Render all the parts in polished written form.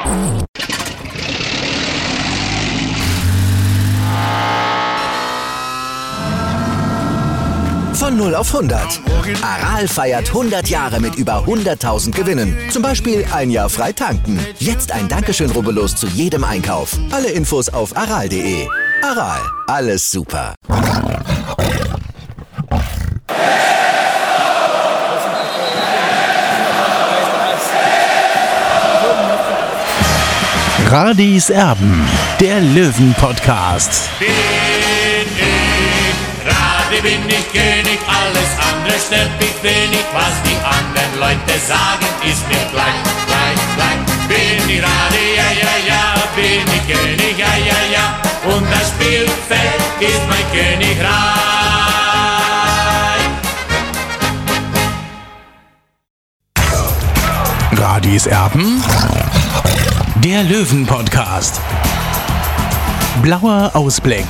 Von 0 auf 100. Aral feiert 100 Jahre mit über 100.000 Gewinnen. Zum Beispiel ein Jahr frei tanken. Jetzt ein Dankeschön, rubbellos zu jedem Einkauf. Alle Infos auf aral.de. Aral, alles super. Radis Erben, der Löwen-Podcast. Bin ich König, alles andere stört mich wenig. Was die anderen Leute sagen, ist mir gleich. Bin ich Rade, ja, bin ich König, ja. Und das Spielfeld ist mein Königreich. Radis Erben, der Löwen-Podcast. Blauer Ausblick.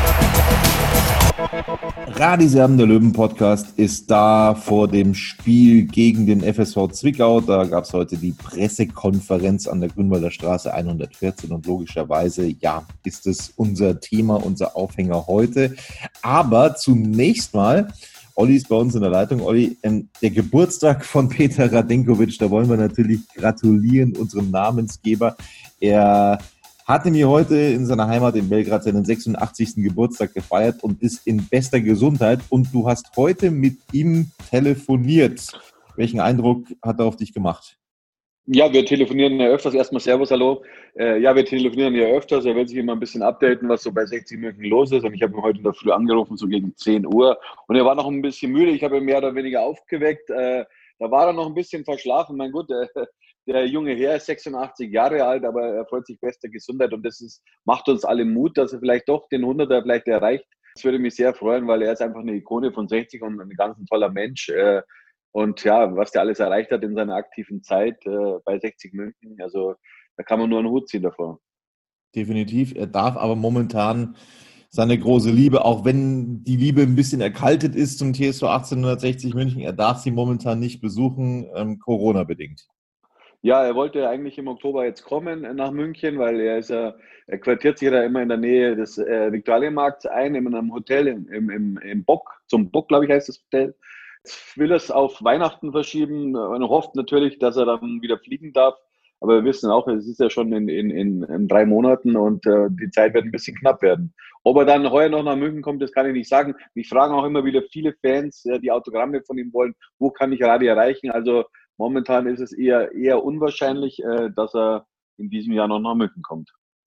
Radis Erben, der Löwen-Podcast, ist da vor dem Spiel gegen den FSV Zwickau. Da gab es heute die Pressekonferenz an der Grünwalder Straße 114 und logischerweise, ja, ist es unser Thema, unser Aufhänger heute. Aber zunächst mal, Olli ist bei uns in der Leitung. Olli, der Geburtstag von Peter Radenkovic, da wollen wir natürlich gratulieren, unserem Namensgeber. Er hatte mir heute in seiner Heimat in Belgrad seinen 86. Geburtstag gefeiert und ist in bester Gesundheit. Und du hast heute mit ihm telefoniert. Welchen Eindruck hat er auf dich gemacht? Ja, wir telefonieren ja öfters. Erstmal Servus, hallo. Wir telefonieren ja öfters. Er will sich immer ein bisschen updaten, was so bei 60 München los ist. Und ich habe ihn heute in der Früh angerufen, so gegen 10 Uhr. Und er war noch ein bisschen müde. Ich habe ihn mehr oder weniger aufgeweckt. Da war er noch ein bisschen verschlafen. Mein Gott, der junge Herr ist 86 Jahre alt, aber er freut sich bester Gesundheit. Und das macht uns alle Mut, dass er vielleicht doch den 100er vielleicht erreicht. Das würde mich sehr freuen, weil er ist einfach eine Ikone von 60 und ein ganz toller Mensch. Und ja, was der alles erreicht hat in seiner aktiven Zeit bei 60 München, also da kann man nur einen Hut ziehen davor. Definitiv. Er darf aber momentan seine große Liebe, auch wenn die Liebe ein bisschen erkaltet ist zum TSV 1860 München, er darf sie momentan nicht besuchen, Corona-bedingt. Ja, er wollte eigentlich im Oktober jetzt kommen nach München, weil er quartiert sich da immer in der Nähe des Viktualienmarkts ein, in einem Hotel im Bock, zum Bock, glaube ich, heißt das Hotel. Jetzt will er es auf Weihnachten verschieben und hofft natürlich, dass er dann wieder fliegen darf. Aber wir wissen auch, es ist ja schon in 3 Monaten und die Zeit wird ein bisschen knapp werden. Ob er dann heuer noch nach München kommt, das kann ich nicht sagen. Mich fragen auch immer wieder viele Fans, die Autogramme von ihm wollen, wo kann ich Radi erreichen? Also momentan ist es eher unwahrscheinlich, dass er in diesem Jahr noch nach München kommt.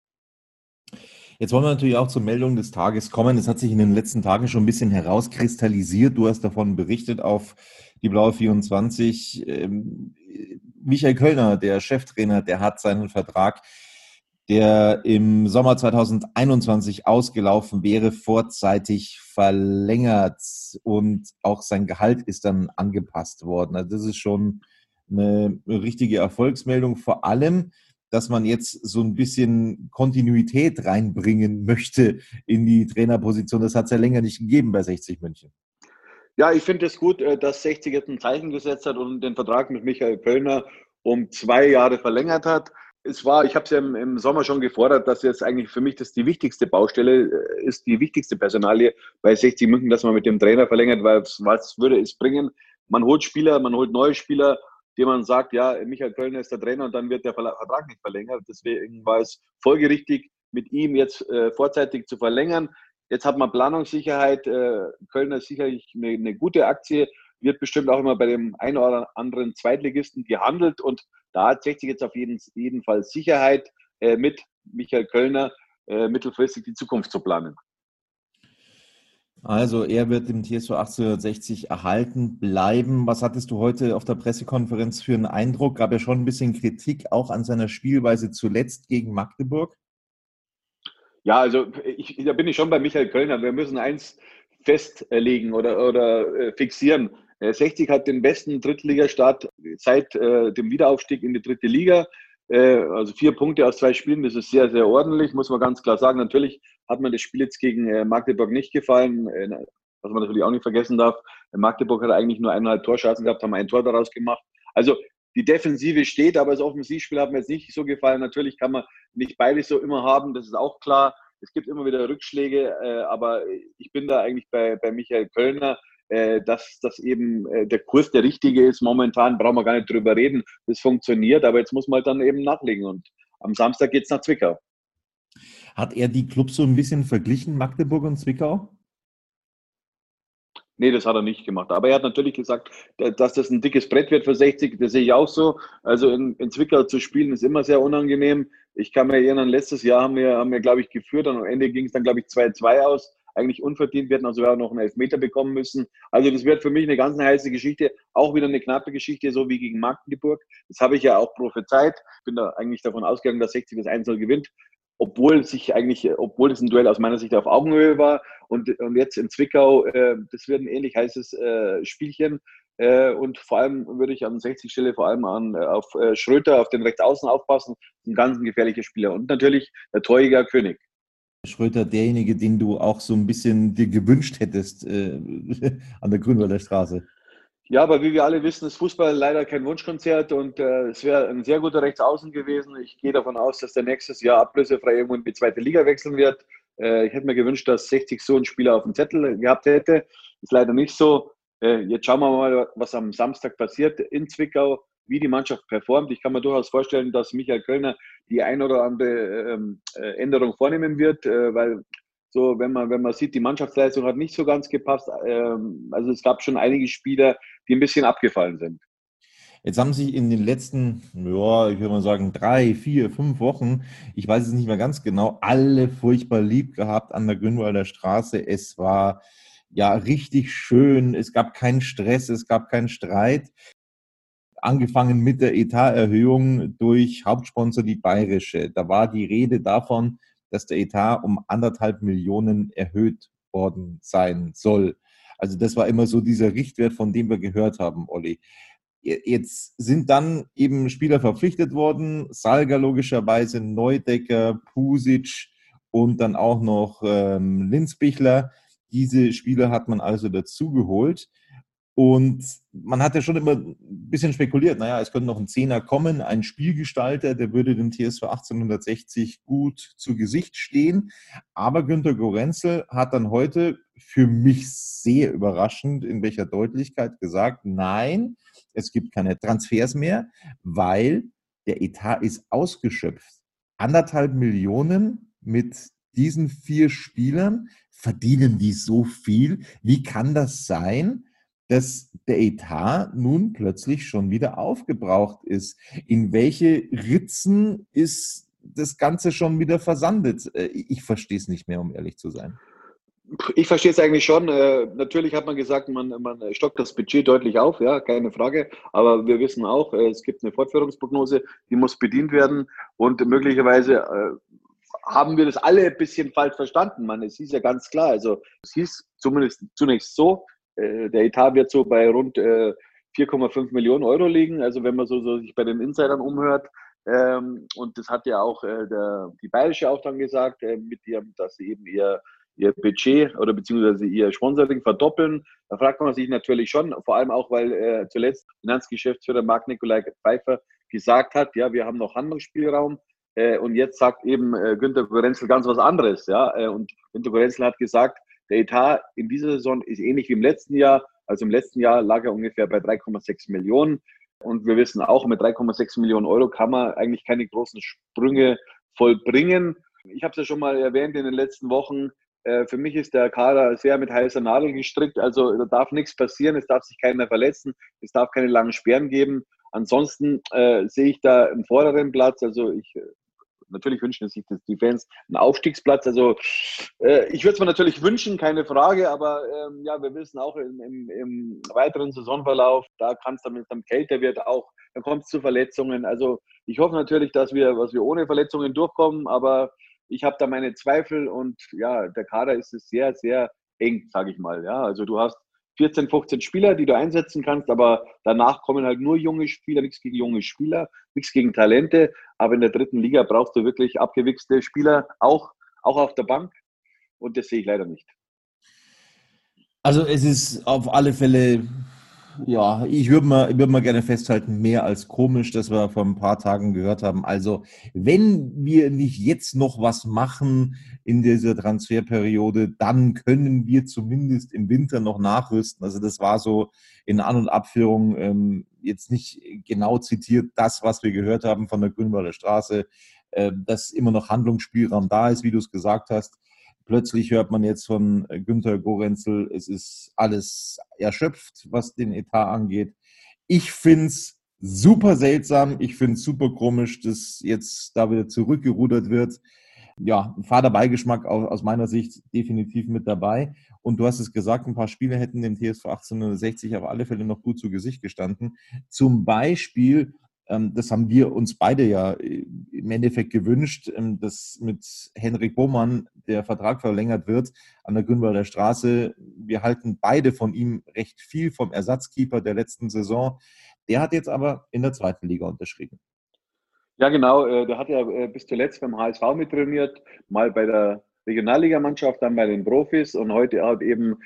Jetzt wollen wir natürlich auch zur Meldung des Tages kommen. Es hat sich in den letzten Tagen schon ein bisschen herauskristallisiert. Du hast davon berichtet auf die Blaue 24. Michael Kölner, der Cheftrainer, der hat seinen Vertrag, der im Sommer 2021 ausgelaufen wäre, vorzeitig verlängert und auch sein Gehalt ist dann angepasst worden. Also das ist schon eine richtige Erfolgsmeldung, vor allem, dass man jetzt so ein bisschen Kontinuität reinbringen möchte in die Trainerposition. Das hat es ja länger nicht gegeben bei 60 München. Ja, ich finde es gut, dass 60 jetzt ein Zeichen gesetzt hat und den Vertrag mit Michael Kölner um 2 Jahre verlängert hat. Ich habe es ja im Sommer schon gefordert, dass jetzt eigentlich für mich das die wichtigste Baustelle ist, die wichtigste Personalie bei 60 München, dass man mit dem Trainer verlängert, weil was würde es bringen? Man holt Spieler, man holt neue Spieler, dem man sagt, ja, Michael Kölner ist der Trainer und dann wird der Vertrag nicht verlängert. Deswegen war es folgerichtig, mit ihm jetzt vorzeitig zu verlängern. Jetzt hat man Planungssicherheit. Kölner ist sicherlich eine gute Aktie, wird bestimmt auch immer bei dem einen oder anderen Zweitligisten gehandelt und da hat 60 jetzt auf jeden Fall Sicherheit, mit Michael Kölner mittelfristig die Zukunft zu planen. Also er wird im TSV 1860 erhalten bleiben. Was hattest du heute auf der Pressekonferenz für einen Eindruck? Gab ja schon ein bisschen Kritik auch an seiner Spielweise zuletzt gegen Magdeburg? Ja, also da bin ich schon bei Michael Kölner. Wir müssen eins festlegen oder fixieren. 60 hat den besten Drittligastart seit dem Wiederaufstieg in die 3. Liga. Also 4 Punkte aus 2 Spielen, das ist sehr, sehr ordentlich, muss man ganz klar sagen. Natürlich hat mir das Spiel jetzt gegen Magdeburg nicht gefallen, was man natürlich auch nicht vergessen darf. Magdeburg hat eigentlich nur 1,5 Torchancen gehabt, haben ein Tor daraus gemacht. Also die Defensive steht, aber das Offensivspiel hat mir jetzt nicht so gefallen. Natürlich kann man nicht beides so immer haben, das ist auch klar. Es gibt immer wieder Rückschläge, aber ich bin da eigentlich bei Michael Kölner, dass das eben der Kurs der richtige ist. Momentan brauchen wir gar nicht drüber reden, das funktioniert, aber jetzt muss man halt dann eben nachlegen und am Samstag geht es nach Zwickau. Hat er die Clubs so ein bisschen verglichen, Magdeburg und Zwickau? Nee, das hat er nicht gemacht. Aber er hat natürlich gesagt, dass das ein dickes Brett wird für 60. Das sehe ich auch so. Also in Zwickau zu spielen ist immer sehr unangenehm. Ich kann mich erinnern, letztes Jahr haben wir glaube ich, geführt und am Ende ging es dann, glaube ich, 2-2 aus. Eigentlich unverdient. Wir hätten also auch noch einen Elfmeter bekommen müssen. Also das wird für mich eine ganz heiße Geschichte. Auch wieder eine knappe Geschichte, so wie gegen Magdeburg. Das habe ich ja auch prophezeit. Ich bin da eigentlich davon ausgegangen, dass 60 das 1-0 gewinnt. Obwohl es ein Duell aus meiner Sicht auf Augenhöhe war. Und jetzt in Zwickau, das wird ein ähnlich heißes Spielchen. Und vor allem würde ich an 60 Stelle vor allem auf Schröter, auf den Rechtsaußen aufpassen. Ein ganz gefährlicher Spieler. Und natürlich der Torjäger König. Schröter, derjenige, den du auch so ein bisschen dir gewünscht hättest an der Grünwalder Straße. Ja, aber wie wir alle wissen, ist Fußball leider kein Wunschkonzert und es wäre ein sehr guter Rechtsaußen gewesen. Ich gehe davon aus, dass der nächstes Jahr ablösefrei irgendwo in die zweite Liga wechseln wird. Ich hätte mir gewünscht, dass 60 so einen Spieler auf dem Zettel gehabt hätte. Ist leider nicht so. Jetzt schauen wir mal, was am Samstag passiert in Zwickau, wie die Mannschaft performt. Ich kann mir durchaus vorstellen, dass Michael Kölner die ein oder andere Änderung vornehmen wird, weil so, wenn man sieht, die Mannschaftsleistung hat nicht so ganz gepasst. Also es gab schon einige Spieler, die ein bisschen abgefallen sind. Jetzt haben sich in den letzten, ja, ich würde mal sagen, 3, 4, 5 Wochen, ich weiß es nicht mehr ganz genau, alle furchtbar lieb gehabt an der Grünwalder Straße. Es war ja richtig schön, es gab keinen Stress, es gab keinen Streit. Angefangen mit der Etaterhöhung durch Hauptsponsor die Bayerische. Da war die Rede davon, dass der Etat um 1,5 Millionen erhöht worden sein soll. Also das war immer so dieser Richtwert, von dem wir gehört haben, Olli. Jetzt sind dann eben Spieler verpflichtet worden, Salga logischerweise, Neudecker, Pusic und dann auch noch Linzbichler. Diese Spieler hat man also dazugeholt. Und man hat ja schon immer ein bisschen spekuliert, naja, es könnte noch ein Zehner kommen, ein Spielgestalter, der würde dem TSV 1860 gut zu Gesicht stehen. Aber Günter Gorenzel hat dann heute für mich sehr überraschend in welcher Deutlichkeit gesagt, nein, es gibt keine Transfers mehr, weil der Etat ist ausgeschöpft. 1,5 Millionen mit diesen 4 Spielern, verdienen die so viel? Wie kann das sein, dass der Etat nun plötzlich schon wieder aufgebraucht ist? In welche Ritzen ist das Ganze schon wieder versandet? Ich verstehe es nicht mehr, um ehrlich zu sein. Ich verstehe es eigentlich schon. Natürlich hat man gesagt, man stockt das Budget deutlich auf, ja, keine Frage. Aber wir wissen auch, es gibt eine Fortführungsprognose, die muss bedient werden. Und möglicherweise haben wir das alle ein bisschen falsch verstanden. Es hieß ja ganz klar, also es hieß zunächst so, der Etat wird so bei rund 4,5 Millionen Euro liegen. Also wenn man so sich bei den Insidern umhört. Und das hat ja auch die Bayerische auch dann gesagt, dass sie eben ihr Budget oder beziehungsweise ihr Sponsoring verdoppeln. Da fragt man sich natürlich schon, vor allem auch, weil zuletzt Finanzgeschäftsführer Marc-Nikolai Pfeiffer gesagt hat, ja, wir haben noch Handlungsspielraum. Und jetzt sagt eben Günter Gorenzel ganz was anderes. Ja? Und Günter Gorenzel hat gesagt, der Etat in dieser Saison ist ähnlich wie im letzten Jahr. Also im letzten Jahr lag er ungefähr bei 3,6 Millionen. Und wir wissen auch, mit 3,6 Millionen Euro kann man eigentlich keine großen Sprünge vollbringen. Ich habe es ja schon mal erwähnt in den letzten Wochen. Für mich ist der Kader sehr mit heißer Nadel gestrickt. Also da darf nichts passieren, es darf sich keiner verletzen, es darf keine langen Sperren geben. Ansonsten sehe ich da einen vorderen Platz. Also natürlich wünschen sich die Fans einen Aufstiegsplatz. Also ich würde es mir natürlich wünschen, keine Frage, aber ja, wir wissen auch im weiteren Saisonverlauf, da kann es dann, wenn es dann kälter wird, auch, dann kommt es zu Verletzungen. Also ich hoffe natürlich, dass wir ohne Verletzungen durchkommen, aber ich habe da meine Zweifel und ja, der Kader ist sehr, sehr eng, sage ich mal. Ja, also du hast 14, 15 Spieler, die du einsetzen kannst, aber danach kommen halt nur junge Spieler, nichts gegen junge Spieler, nichts gegen Talente, aber in der dritten Liga brauchst du wirklich abgewichste Spieler, auch auf der Bank und das sehe ich leider nicht. Also es ist auf alle Fälle Ja, ich würde mal gerne festhalten, mehr als komisch, dass wir vor ein paar Tagen gehört haben. Also, wenn wir nicht jetzt noch was machen in dieser Transferperiode, dann können wir zumindest im Winter noch nachrüsten. Also, das war so in An- und Abführung jetzt nicht genau zitiert, das, was wir gehört haben von der Grünwalder Straße, dass immer noch Handlungsspielraum da ist, wie du es gesagt hast. Plötzlich hört man jetzt von Günter Gorenzel, es ist alles erschöpft, was den Etat angeht. Ich finde es super seltsam, ich finde es super komisch, dass jetzt da wieder zurückgerudert wird. Ja, ein fader Beigeschmack aus meiner Sicht definitiv mit dabei. Und du hast es gesagt, ein paar Spieler hätten dem TSV 1860 auf alle Fälle noch gut zu Gesicht gestanden. Zum Beispiel, das haben wir uns beide ja im Endeffekt gewünscht, dass mit Henrik Bohmann der Vertrag verlängert wird an der Grünwalder Straße. Wir halten beide von ihm recht viel, vom Ersatzkeeper der letzten Saison. Der hat jetzt aber in der zweiten Liga unterschrieben. Ja, genau. Der hat ja bis zuletzt beim HSV mittrainiert, mal bei der Regionalligamannschaft, dann bei den Profis. Und heute hat eben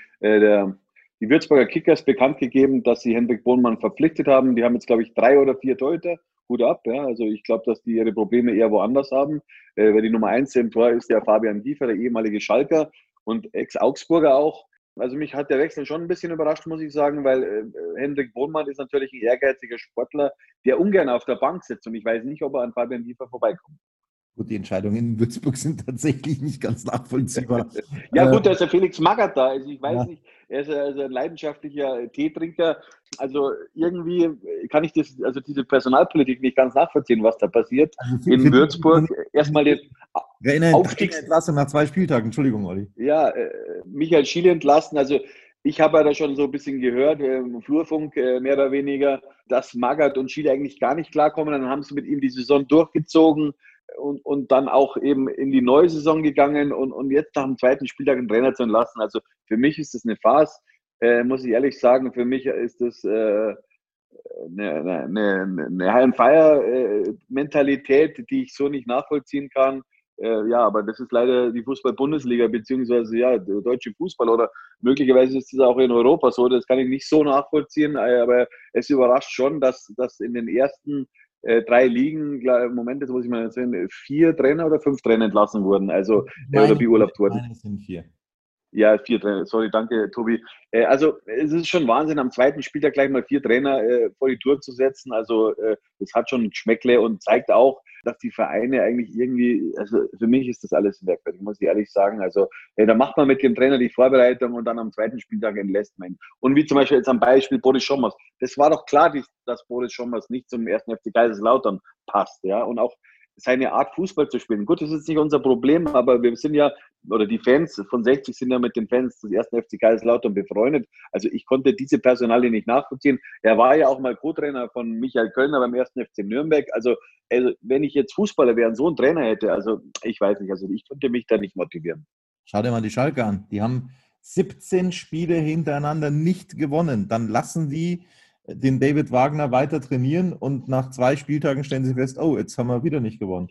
die Würzburger Kickers bekannt gegeben, dass sie Henrik Bohmann verpflichtet haben. Die haben jetzt, glaube ich, 3 oder 4 Torhüter. Hut ab. Ja. Also ich glaube, dass die ihre Probleme eher woanders haben. Weil die Nummer 1 im Tor ist der Fabian Giefer, der ehemalige Schalker und Ex-Augsburger auch. Also mich hat der Wechsel schon ein bisschen überrascht, muss ich sagen, weil Henrik Bohmann ist natürlich ein ehrgeiziger Sportler, der ungern auf der Bank sitzt. Und ich weiß nicht, ob er an Fabian Giefer vorbeikommt. Gut, die Entscheidungen in Würzburg sind tatsächlich nicht ganz nachvollziehbar. Ja gut, da ist der Felix Magath da. Also ich weiß nicht, er ist also ein leidenschaftlicher Teetrinker. Also irgendwie kann ich diese Personalpolitik nicht ganz nachvollziehen, was da passiert. Also in Würzburg erstmal den Aufstiegsentlassung nach 2 Spieltagen. Entschuldigung, Olli. Ja, Michael Schiele entlassen. Also ich habe ja da schon so ein bisschen gehört, im Flurfunk mehr oder weniger, dass Magath und Schiele eigentlich gar nicht klarkommen. Dann haben sie mit ihm die Saison durchgezogen. Und dann auch eben in die neue Saison gegangen und jetzt nach dem 2. Spieltag einen Trainer zu entlassen. Also für mich ist das eine Farce, muss ich ehrlich sagen. Für mich ist das eine High-and-Fire-Mentalität, die ich so nicht nachvollziehen kann. Ja, aber das ist leider die Fußball-Bundesliga, beziehungsweise ja, der deutsche Fußball oder möglicherweise ist es auch in Europa so. Das kann ich nicht so nachvollziehen, aber es überrascht schon, dass in den ersten 3 Ligen, Moment, jetzt muss ich mal sehen, 4 Trainer oder 5 Trainer entlassen wurden, also oder beurlaubt wurden. Nein, es sind 4. Ja, 4 Trainer, sorry, danke Tobi. Also es ist schon Wahnsinn, am 2. Spieltag gleich mal 4 Trainer vor die Tour zu setzen, also das hat schon ein Geschmäckle und zeigt auch, dass die Vereine eigentlich irgendwie, also für mich ist das alles merkwürdig, muss ich ehrlich sagen. Also da macht man mit dem Trainer die Vorbereitung und dann am 2. Spieltag entlässt man ihn. Und wie zum Beispiel jetzt am Beispiel Boris Schommers. Das war doch klar, dass Boris Schommers nicht zum 1. FC Kaiserslautern passt. Ja, und auch seine Art, Fußball zu spielen. Gut, das ist nicht unser Problem, aber wir sind ja, oder die Fans von 60 sind ja mit den Fans des 1. FC Kaiserslautern befreundet. Also ich konnte diese Personalie nicht nachvollziehen. Er war ja auch mal Co-Trainer von Michael Kölner beim 1. FC Nürnberg. Also wenn ich jetzt Fußballer wäre und so einen Trainer hätte, also ich weiß nicht, also ich konnte mich da nicht motivieren. Schau dir mal die Schalke an. Die haben 17 Spiele hintereinander nicht gewonnen. Dann lassen die den David Wagner weiter trainieren und nach 2 Spieltagen stellen sie fest, oh, jetzt haben wir wieder nicht gewonnen.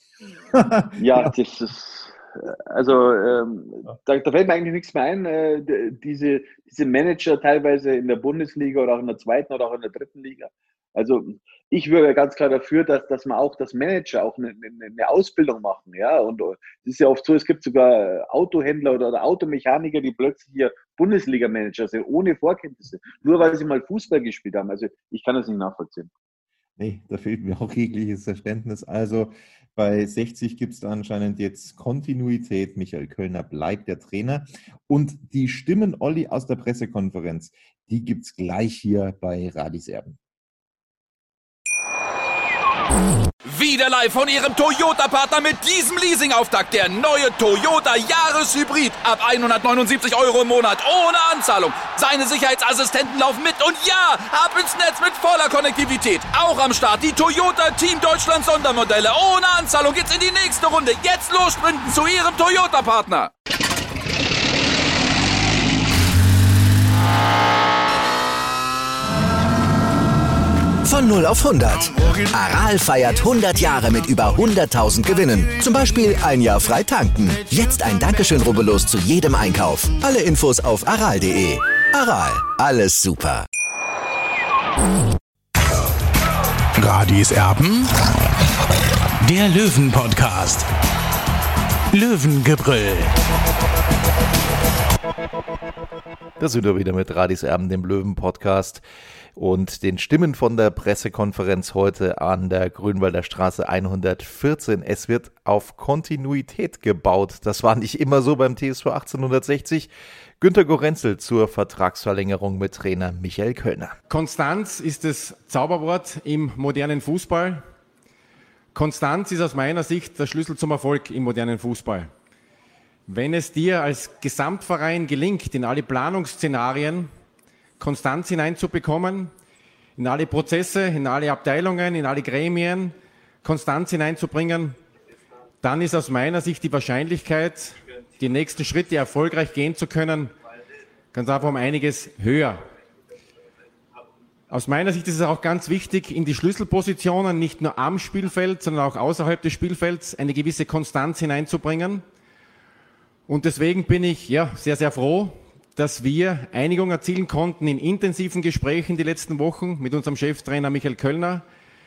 Ja, das ist, also da fällt mir eigentlich nichts mehr ein. Diese Manager teilweise in der Bundesliga oder auch in der 2. oder auch in der 3. Liga. Also ich wäre ganz klar dafür, dass man auch das Manager auch eine Ausbildung machen, ja. Und es ist ja oft so, es gibt sogar Autohändler oder Automechaniker, die plötzlich hier Bundesliga-Manager sind, ohne Vorkenntnisse, nur weil sie mal Fußball gespielt haben. Also ich kann das nicht nachvollziehen. Nee, da fehlt mir auch jegliches Verständnis. Also bei 60 gibt es da anscheinend jetzt Kontinuität. Michael Kölner bleibt der Trainer. Und die Stimmen, Olli, aus der Pressekonferenz, die gibt es gleich hier bei Radis Erben. Wieder live von Ihrem Toyota-Partner mit diesem Leasing-Auftakt. Der neue Toyota Jahreshybrid. Ab 179 € im Monat. Ohne Anzahlung. Seine Sicherheitsassistenten laufen mit. Und ja, ab ins Netz mit voller Konnektivität. Auch am Start die Toyota Team Deutschland Sondermodelle. Ohne Anzahlung geht's in die nächste Runde. Jetzt los sprinten zu Ihrem Toyota-Partner. Von 0 auf 100. Aral feiert 100 Jahre mit über 100.000 Gewinnen. Zum Beispiel ein Jahr frei tanken. Jetzt ein Dankeschön, rubbellos zu jedem Einkauf. Alle Infos auf aral.de. Aral, alles super. Radis Erben, der Löwen-Podcast. Löwengebrüll. Da sind wir wieder mit Radis Erben, dem Löwen-Podcast und den Stimmen von der Pressekonferenz heute an der Grünwalder Straße 114. Es wird auf Kontinuität gebaut. Das war nicht immer so beim TSV 1860. Günter Gorenzel zur Vertragsverlängerung mit Trainer Michael Kölner. Konstanz ist das Zauberwort im modernen Fußball. Konstanz ist aus meiner Sicht der Schlüssel zum Erfolg im modernen Fußball. Wenn es dir als Gesamtverein gelingt, in alle Planungsszenarien Konstanz hineinzubekommen, in alle Prozesse, in alle Abteilungen, in alle Gremien Konstanz hineinzubringen, dann ist aus meiner Sicht die Wahrscheinlichkeit, die nächsten Schritte erfolgreich gehen zu können, ganz einfach um einiges höher. Aus meiner Sicht ist es auch ganz wichtig, in die Schlüsselpositionen nicht nur am Spielfeld, sondern auch außerhalb des Spielfelds eine gewisse Konstanz hineinzubringen. Und deswegen bin ich sehr, sehr froh, dass wir Einigung erzielen konnten in intensiven Gesprächen die letzten Wochen mit unserem Cheftrainer Michael Kölner,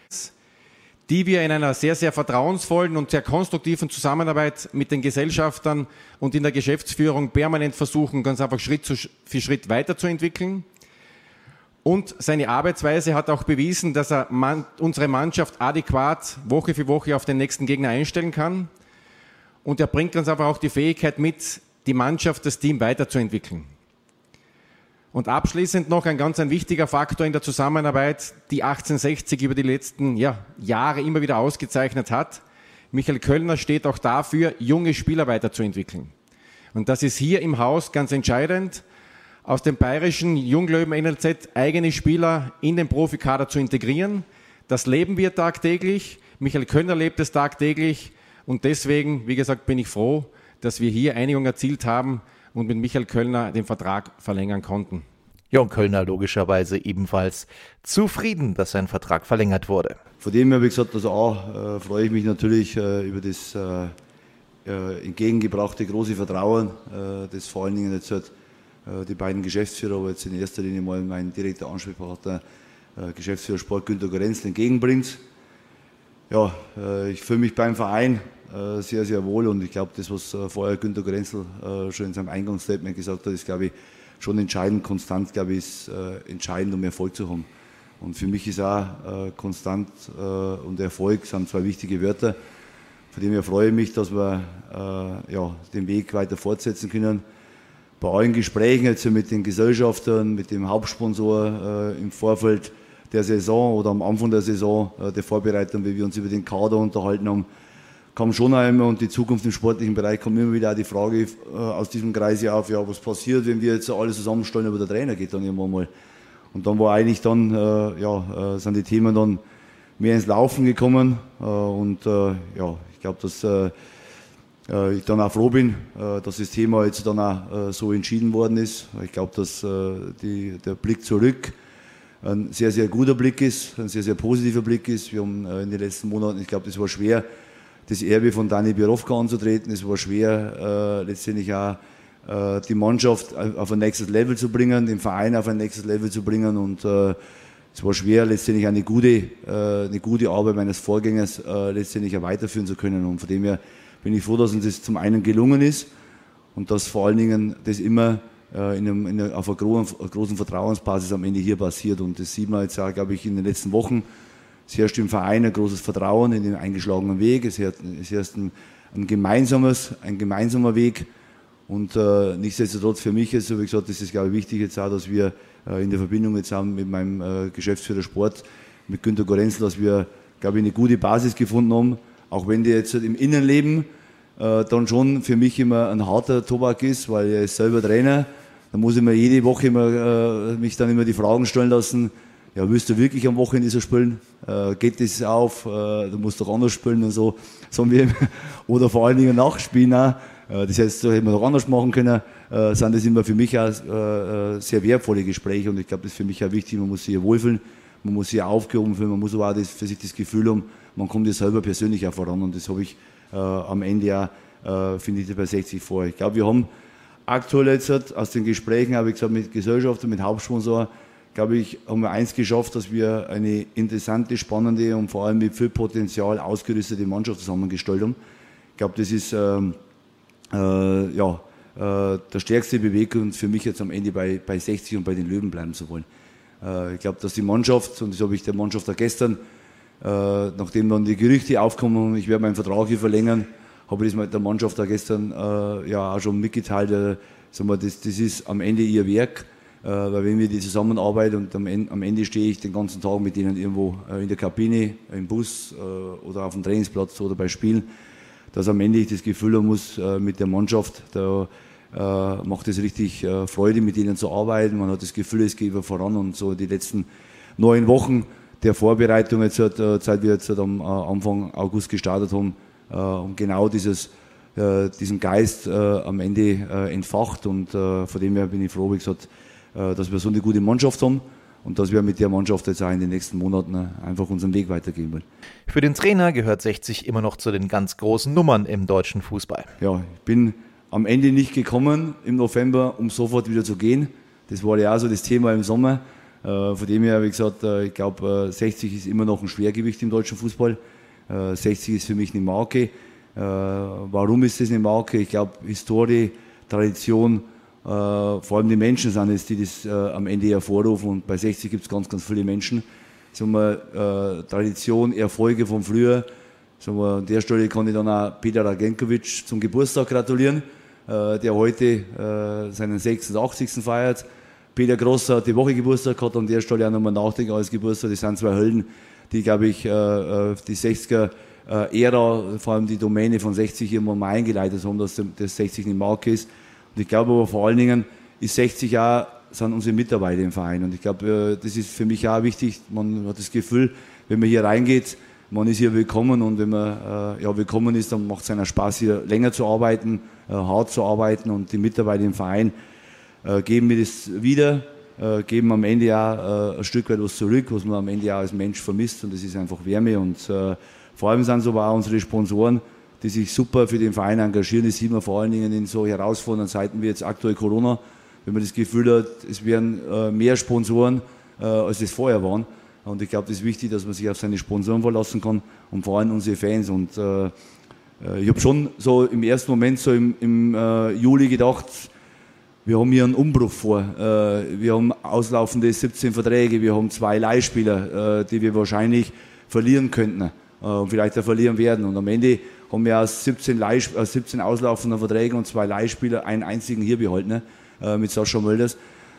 die wir in einer sehr, sehr vertrauensvollen und sehr konstruktiven Zusammenarbeit mit den Gesellschaftern und in der Geschäftsführung permanent versuchen, ganz einfach Schritt für Schritt weiterzuentwickeln. Und seine Arbeitsweise hat auch bewiesen, dass er unsere Mannschaft adäquat Woche für Woche auf den nächsten Gegner einstellen kann. Und er bringt ganz einfach auch die Fähigkeit mit, die Mannschaft, das Team weiterzuentwickeln. Und abschließend noch ein ganz wichtiger Faktor in der Zusammenarbeit, die 1860 über die letzten Jahre immer wieder ausgezeichnet hat. Michael Kölner steht auch dafür, junge Spieler weiterzuentwickeln. Und das ist hier im Haus ganz entscheidend, aus dem bayerischen Junglöwen NLZ eigene Spieler in den Profikader zu integrieren. Das leben wir tagtäglich. Michael Kölner lebt es tagtäglich. Und deswegen, wie gesagt, bin ich froh, dass wir hier Einigung erzielt haben und mit Michael Kölner den Vertrag verlängern konnten. Ja, und Kölner logischerweise ebenfalls zufrieden, dass sein Vertrag verlängert wurde. Von dem her, wie gesagt, freue ich mich natürlich über das entgegengebrachte große Vertrauen, das vor allen Dingen jetzt halt, die beiden Geschäftsführer, aber jetzt in erster Linie mal mein direkter Ansprechpartner, Geschäftsführer Sport Günter Gorenzel, entgegenbringt. Ja, ich fühle mich beim Verein sehr, sehr wohl und ich glaube, das, was vorher Günter Gorenzel schon in seinem Eingangsstatement gesagt hat, ist, glaube ich, schon entscheidend. Konstant, glaube ich, ist entscheidend, um Erfolg zu haben. Und für mich ist auch konstant und Erfolg sind zwei wichtige Wörter. Von dem her freue ich mich, dass wir den Weg weiter fortsetzen können. Bei allen Gesprächen jetzt mit den Gesellschaftern, mit dem Hauptsponsor im Vorfeld der Saison oder am Anfang der Saison der Vorbereitung, wie wir uns über den Kader unterhalten haben, kam schon einmal und die Zukunft im sportlichen Bereich kommt immer wieder auch die Frage aus diesem Kreis auf, was passiert, wenn wir jetzt alles zusammenstellen, aber der Trainer geht dann irgendwann mal. Und dann war eigentlich dann, sind die Themen dann mehr ins Laufen gekommen und ich glaube, dass ich dann auch froh bin, dass das Thema jetzt dann auch so entschieden worden ist. Ich glaube, dass der Blick zurück ein sehr, sehr guter Blick ist, ein sehr, sehr positiver Blick ist. Wir haben in den letzten Monaten, ich glaube, das war schwer, das Erbe von Dani Birovka anzutreten. Es war schwer, letztendlich auch die Mannschaft auf ein nächstes Level zu bringen, den Verein auf ein nächstes Level zu bringen. Und es war schwer, letztendlich eine gute Arbeit meines Vorgängers letztendlich auch weiterführen zu können. Und von dem her bin ich froh, dass uns das zum einen gelungen ist und dass vor allen Dingen das immer auf einer großen Vertrauensbasis am Ende hier passiert. Und das sieht man jetzt auch, glaube ich, in den letzten Wochen. Es herrscht im Verein ein großes Vertrauen in den eingeschlagenen Weg. Es herrscht ein gemeinsamer Weg. Und nichtsdestotrotz für mich ist, so wie gesagt, das ist, glaube ich, wichtig jetzt auch, dass wir in der Verbindung jetzt haben mit meinem Geschäftsführer Sport, mit Günter Gorenzel, dass wir, glaube ich, eine gute Basis gefunden haben. Auch wenn der jetzt im Innenleben dann schon für mich immer ein harter Tobak ist, weil er ist selber Trainer. Da muss ich mir jede Woche mich dann immer die Fragen stellen lassen, ja, willst du wirklich am Wochenende so spielen? Geht das auf? Du musst doch anders spielen und so. Oder vor allen Dingen nachspielen auch. Das heißt, so hätten wir doch anders machen können. Sind das immer für mich auch sehr wertvolle Gespräche und ich glaube, das ist für mich auch wichtig. Man muss sich hier wohlfühlen, man muss sich hier aufgehoben fühlen, man muss aber auch für sich das Gefühl haben, man kommt ja selber persönlich auch voran und das habe ich am Ende auch, finde ich, bei 60 vor. Ich glaube, wir haben aktuell jetzt aus den Gesprächen, habe ich gesagt, mit Gesellschaften, mit Hauptsponsor, glaube ich, haben wir eins geschafft, dass wir eine interessante, spannende und vor allem mit viel Potenzial ausgerüstete Mannschaft zusammengestellt haben. Ich glaube, das ist der stärkste Beweggrund für mich jetzt am Ende bei 60 und bei den Löwen bleiben zu wollen. Ich glaube, dass die Mannschaft, und das habe ich der Mannschaft auch gestern, nachdem dann die Gerüchte aufkommen, ich werde meinen Vertrag hier verlängern, habe ich das mit der Mannschaft auch gestern auch schon mitgeteilt. Das ist am Ende ihr Werk, weil wenn wir die Zusammenarbeit und am Ende stehe ich den ganzen Tag mit ihnen irgendwo in der Kabine, im Bus oder auf dem Trainingsplatz oder bei Spielen, dass am Ende ich das Gefühl haben muss mit der Mannschaft, da macht es richtig Freude, mit ihnen zu arbeiten. Man hat das Gefühl, es geht voran, und so die letzten 9 Wochen der Vorbereitung, seit wir jetzt am Anfang August gestartet haben, und genau diesen Geist am Ende entfacht, und von dem her bin ich froh, wie gesagt, dass wir so eine gute Mannschaft haben und dass wir mit der Mannschaft jetzt auch in den nächsten Monaten einfach unseren Weg weitergehen wollen. Für den Trainer gehört 60 immer noch zu den ganz großen Nummern im deutschen Fußball. Ja, ich bin am Ende nicht gekommen im November, um sofort wieder zu gehen. Das war ja auch so das Thema im Sommer. Von dem her, wie gesagt, ich glaube, 60 ist immer noch ein Schwergewicht im deutschen Fußball. 60 ist für mich eine Marke. Warum ist das eine Marke? Ich glaube, Historie, Tradition, vor allem die Menschen sind es, die das am Ende hervorrufen. Und bei 60 gibt es ganz, ganz viele Menschen. Tradition, Erfolge von früher. An der Stelle kann ich dann auch Peter Ragenkovic zum Geburtstag gratulieren, der heute seinen 86. feiert. Peter Grosser hat die Woche Geburtstag gehabt, an der Stelle auch nochmal nachdenken als Geburtstag. Das sind 2 Helden, die, glaube ich, die 60er-Ära, vor allem die Domäne von 60 irgendwann mal eingeleitet haben, dass das 60 eine Marke ist. Und ich glaube aber vor allen Dingen ist 60 auch, sind unsere Mitarbeiter im Verein. Und ich glaube, das ist für mich auch wichtig. Man hat das Gefühl, wenn man hier reingeht, man ist hier willkommen, und wenn man willkommen ist, dann macht es einen Spaß, hier länger zu arbeiten, hart zu arbeiten, und die Mitarbeiter im Verein geben mir das wieder, geben am Ende auch ein Stück weit was zurück, was man am Ende auch als Mensch vermisst, und das ist einfach Wärme. Und vor allem sind es aber auch unsere Sponsoren, die sich super für den Verein engagieren. Das sieht man vor allen Dingen in so herausfordernden Zeiten wie jetzt aktuell Corona, wenn man das Gefühl hat, es werden mehr Sponsoren, als es vorher waren. Und ich glaube, das ist wichtig, dass man sich auf seine Sponsoren verlassen kann, und vor allem unsere Fans. Und ich habe schon so im ersten Moment so im Juli gedacht, wir haben hier einen Umbruch vor. Wir haben auslaufende 17 Verträge, wir haben 2 Leihspieler, die wir wahrscheinlich verlieren könnten, vielleicht auch verlieren werden. Und am Ende haben wir aus 17 auslaufenden Verträgen und 2 Leihspieler einen einzigen hier behalten, mit Sascha Mölders.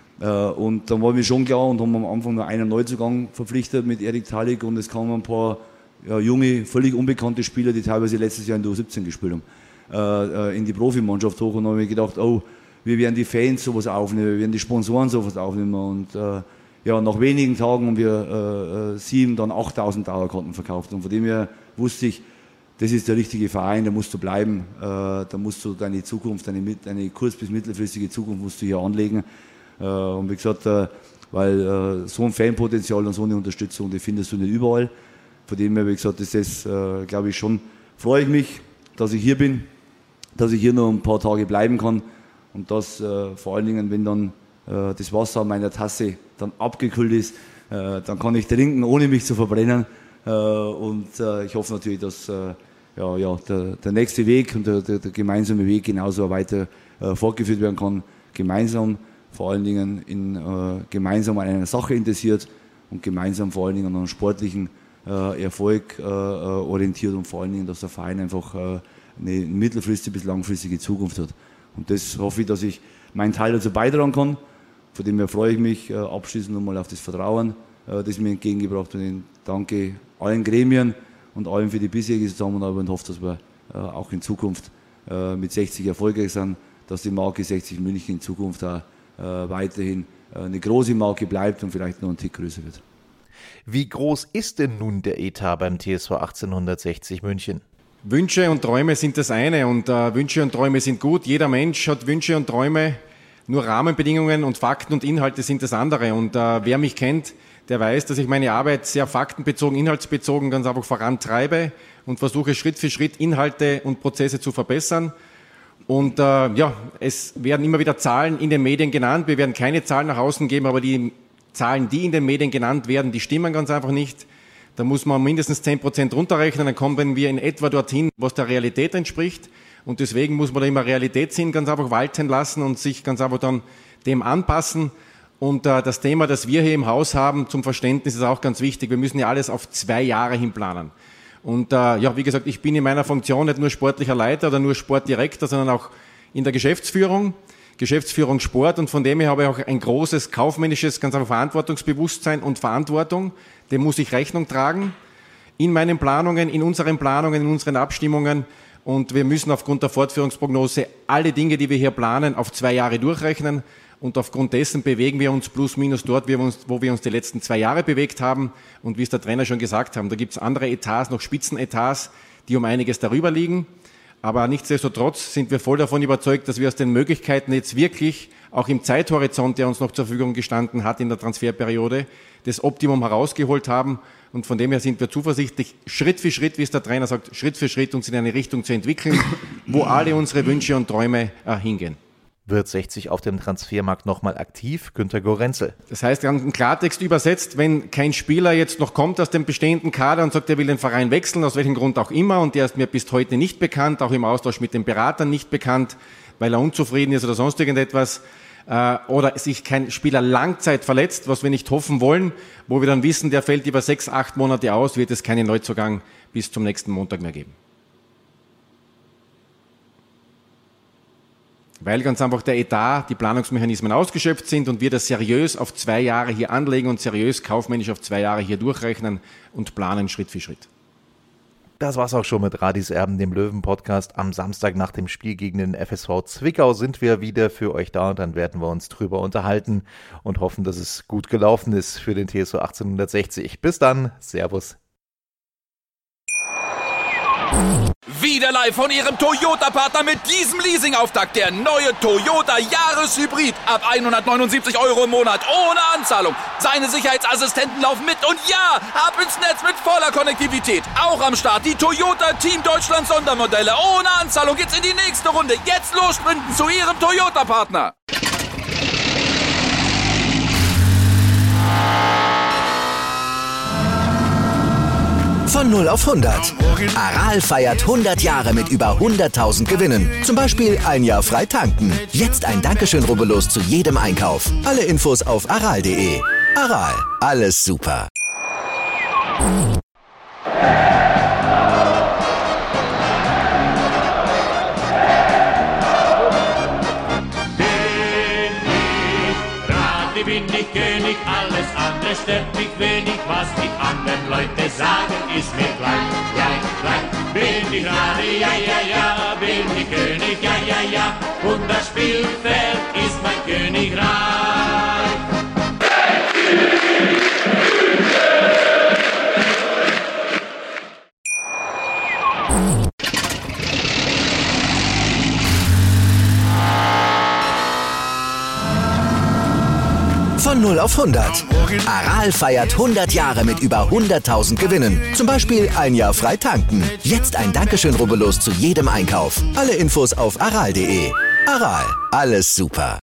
Und dann war mir schon klar, und haben am Anfang noch einen Neuzugang verpflichtet mit Erik Talik, und es kamen ein paar junge, völlig unbekannte Spieler, die teilweise letztes Jahr in der U17 gespielt haben, in die Profimannschaft hoch, und dann habe ich gedacht, wir werden die Fans sowas aufnehmen, wir werden die Sponsoren sowas aufnehmen, und nach wenigen Tagen haben wir 7.000, dann 8.000 Dauerkarten verkauft, und von dem her wusste ich, das ist der richtige Verein, da musst du bleiben, da musst du deine Zukunft, deine kurz- bis mittelfristige Zukunft musst du hier anlegen. Und wie gesagt, weil so ein Fanpotenzial und so eine Unterstützung, die findest du nicht überall. Von dem her, wie gesagt, das ist, glaube ich, schon, freue ich mich, dass ich hier bin, dass ich hier noch ein paar Tage bleiben kann, und dass vor allen Dingen, wenn dann das Wasser an meiner Tasse dann abgekühlt ist, dann kann ich trinken, ohne mich zu verbrennen. Und ich hoffe natürlich, dass der nächste Weg und der gemeinsame Weg genauso weiter fortgeführt werden kann, gemeinsam, vor allen Dingen gemeinsam an einer Sache interessiert und gemeinsam vor allen Dingen an einem sportlichen Erfolg orientiert, und vor allen Dingen, dass der Verein einfach eine mittelfristige bis langfristige Zukunft hat. Und das hoffe ich, dass ich meinen Teil dazu beitragen kann. Von dem her freue ich mich abschließend nochmal auf das Vertrauen, das mir entgegengebracht wird. Und danke allen Gremien und allen für die bisherige Zusammenarbeit, und hoffe, dass wir auch in Zukunft mit 60 erfolgreich sind, dass die Marke 60 München in Zukunft auch weiterhin eine große Marke bleibt und vielleicht noch ein Tick größer wird. Wie groß ist denn nun der Etat beim TSV 1860 München? Wünsche und Träume sind das eine, und Wünsche und Träume sind gut. Jeder Mensch hat Wünsche und Träume, nur Rahmenbedingungen und Fakten und Inhalte sind das andere. Und wer mich kennt, der weiß, dass ich meine Arbeit sehr faktenbezogen, inhaltsbezogen ganz einfach vorantreibe und versuche Schritt für Schritt Inhalte und Prozesse zu verbessern. Und es werden immer wieder Zahlen in den Medien genannt. Wir werden keine Zahlen nach außen geben, aber die Zahlen, die in den Medien genannt werden, die stimmen ganz einfach nicht. Da muss man mindestens 10% runterrechnen, dann kommen wir in etwa dorthin, was der Realität entspricht. Und deswegen muss man da immer Realitätssinn ganz einfach walten lassen und sich ganz einfach dann dem anpassen. Und das Thema, das wir hier im Haus haben, zum Verständnis ist auch ganz wichtig. Wir müssen ja alles auf 2 Jahre hin planen. Und wie gesagt, ich bin in meiner Funktion nicht nur sportlicher Leiter oder nur Sportdirektor, sondern auch in der Geschäftsführung Sport. Und von dem her habe ich auch ein großes kaufmännisches, ganz einfach Verantwortungsbewusstsein und Verantwortung. Dem muss ich Rechnung tragen in meinen Planungen, in unseren Planungen, in unseren Abstimmungen. Und wir müssen aufgrund der Fortführungsprognose alle Dinge, die wir hier planen, auf 2 Jahre durchrechnen. Und aufgrund dessen bewegen wir uns plus minus dort, wo wir uns die letzten 2 Jahre bewegt haben. Und wie es der Trainer schon gesagt hat, da gibt es andere Etats, noch Spitzenetats, die um einiges darüber liegen. Aber nichtsdestotrotz sind wir voll davon überzeugt, dass wir aus den Möglichkeiten jetzt wirklich, auch im Zeithorizont, der uns noch zur Verfügung gestanden hat in der Transferperiode, das Optimum herausgeholt haben. Und von dem her sind wir zuversichtlich, Schritt für Schritt, wie es der Trainer sagt, Schritt für Schritt uns in eine Richtung zu entwickeln, wo alle unsere Wünsche und Träume hingehen. Wird 60 auf dem Transfermarkt nochmal aktiv? Günter Gorenzel. Das heißt, im Klartext übersetzt, wenn kein Spieler jetzt noch kommt aus dem bestehenden Kader und sagt, er will den Verein wechseln, aus welchem Grund auch immer, und der ist mir bis heute nicht bekannt, auch im Austausch mit den Beratern nicht bekannt, weil er unzufrieden ist oder sonst irgendetwas, oder sich kein Spieler Langzeit verletzt, was wir nicht hoffen wollen, wo wir dann wissen, der fällt über 6-8 Monate aus, wird es keinen Neuzugang bis zum nächsten Montag mehr geben. Weil ganz einfach der Etat, die Planungsmechanismen ausgeschöpft sind und wir das seriös auf 2 Jahre hier anlegen und seriös kaufmännisch auf 2 Jahre hier durchrechnen und planen Schritt für Schritt. Das war's auch schon mit Radis Erben, dem Löwen-Podcast. Am Samstag nach dem Spiel gegen den FSV Zwickau sind wir wieder für euch da und dann werden wir uns drüber unterhalten und hoffen, dass es gut gelaufen ist für den TSV 1860. Bis dann, Servus. Wieder live von Ihrem Toyota-Partner mit diesem Leasing-Auftakt. Der neue Toyota Jahreshybrid. Ab 179 € im Monat. Ohne Anzahlung. Seine Sicherheitsassistenten laufen mit. Und ja, ab ins Netz mit voller Konnektivität. Auch am Start die Toyota Team Deutschland Sondermodelle. Ohne Anzahlung geht's in die nächste Runde. Jetzt los sprinten zu Ihrem Toyota-Partner. Von 0 auf 100. Aral feiert 100 Jahre mit über 100.000 Gewinnen. Zum Beispiel ein Jahr frei tanken. Jetzt ein Dankeschön, rubbellos zu jedem Einkauf. Alle Infos auf aral.de. Aral, alles super. Bin ich König, alles andere stört mich wenig, was die anderen Leute sagen, ist mir gleich. Bin ich Rade, ja, bin ich König, ja, und das Spielfeld ist mein Königreich. Von 0 auf 100. Aral feiert 100 Jahre mit über 100.000 Gewinnen. Zum Beispiel ein Jahr frei tanken. Jetzt ein Dankeschön, rubbellos zu jedem Einkauf. Alle Infos auf aral.de. Aral, alles super.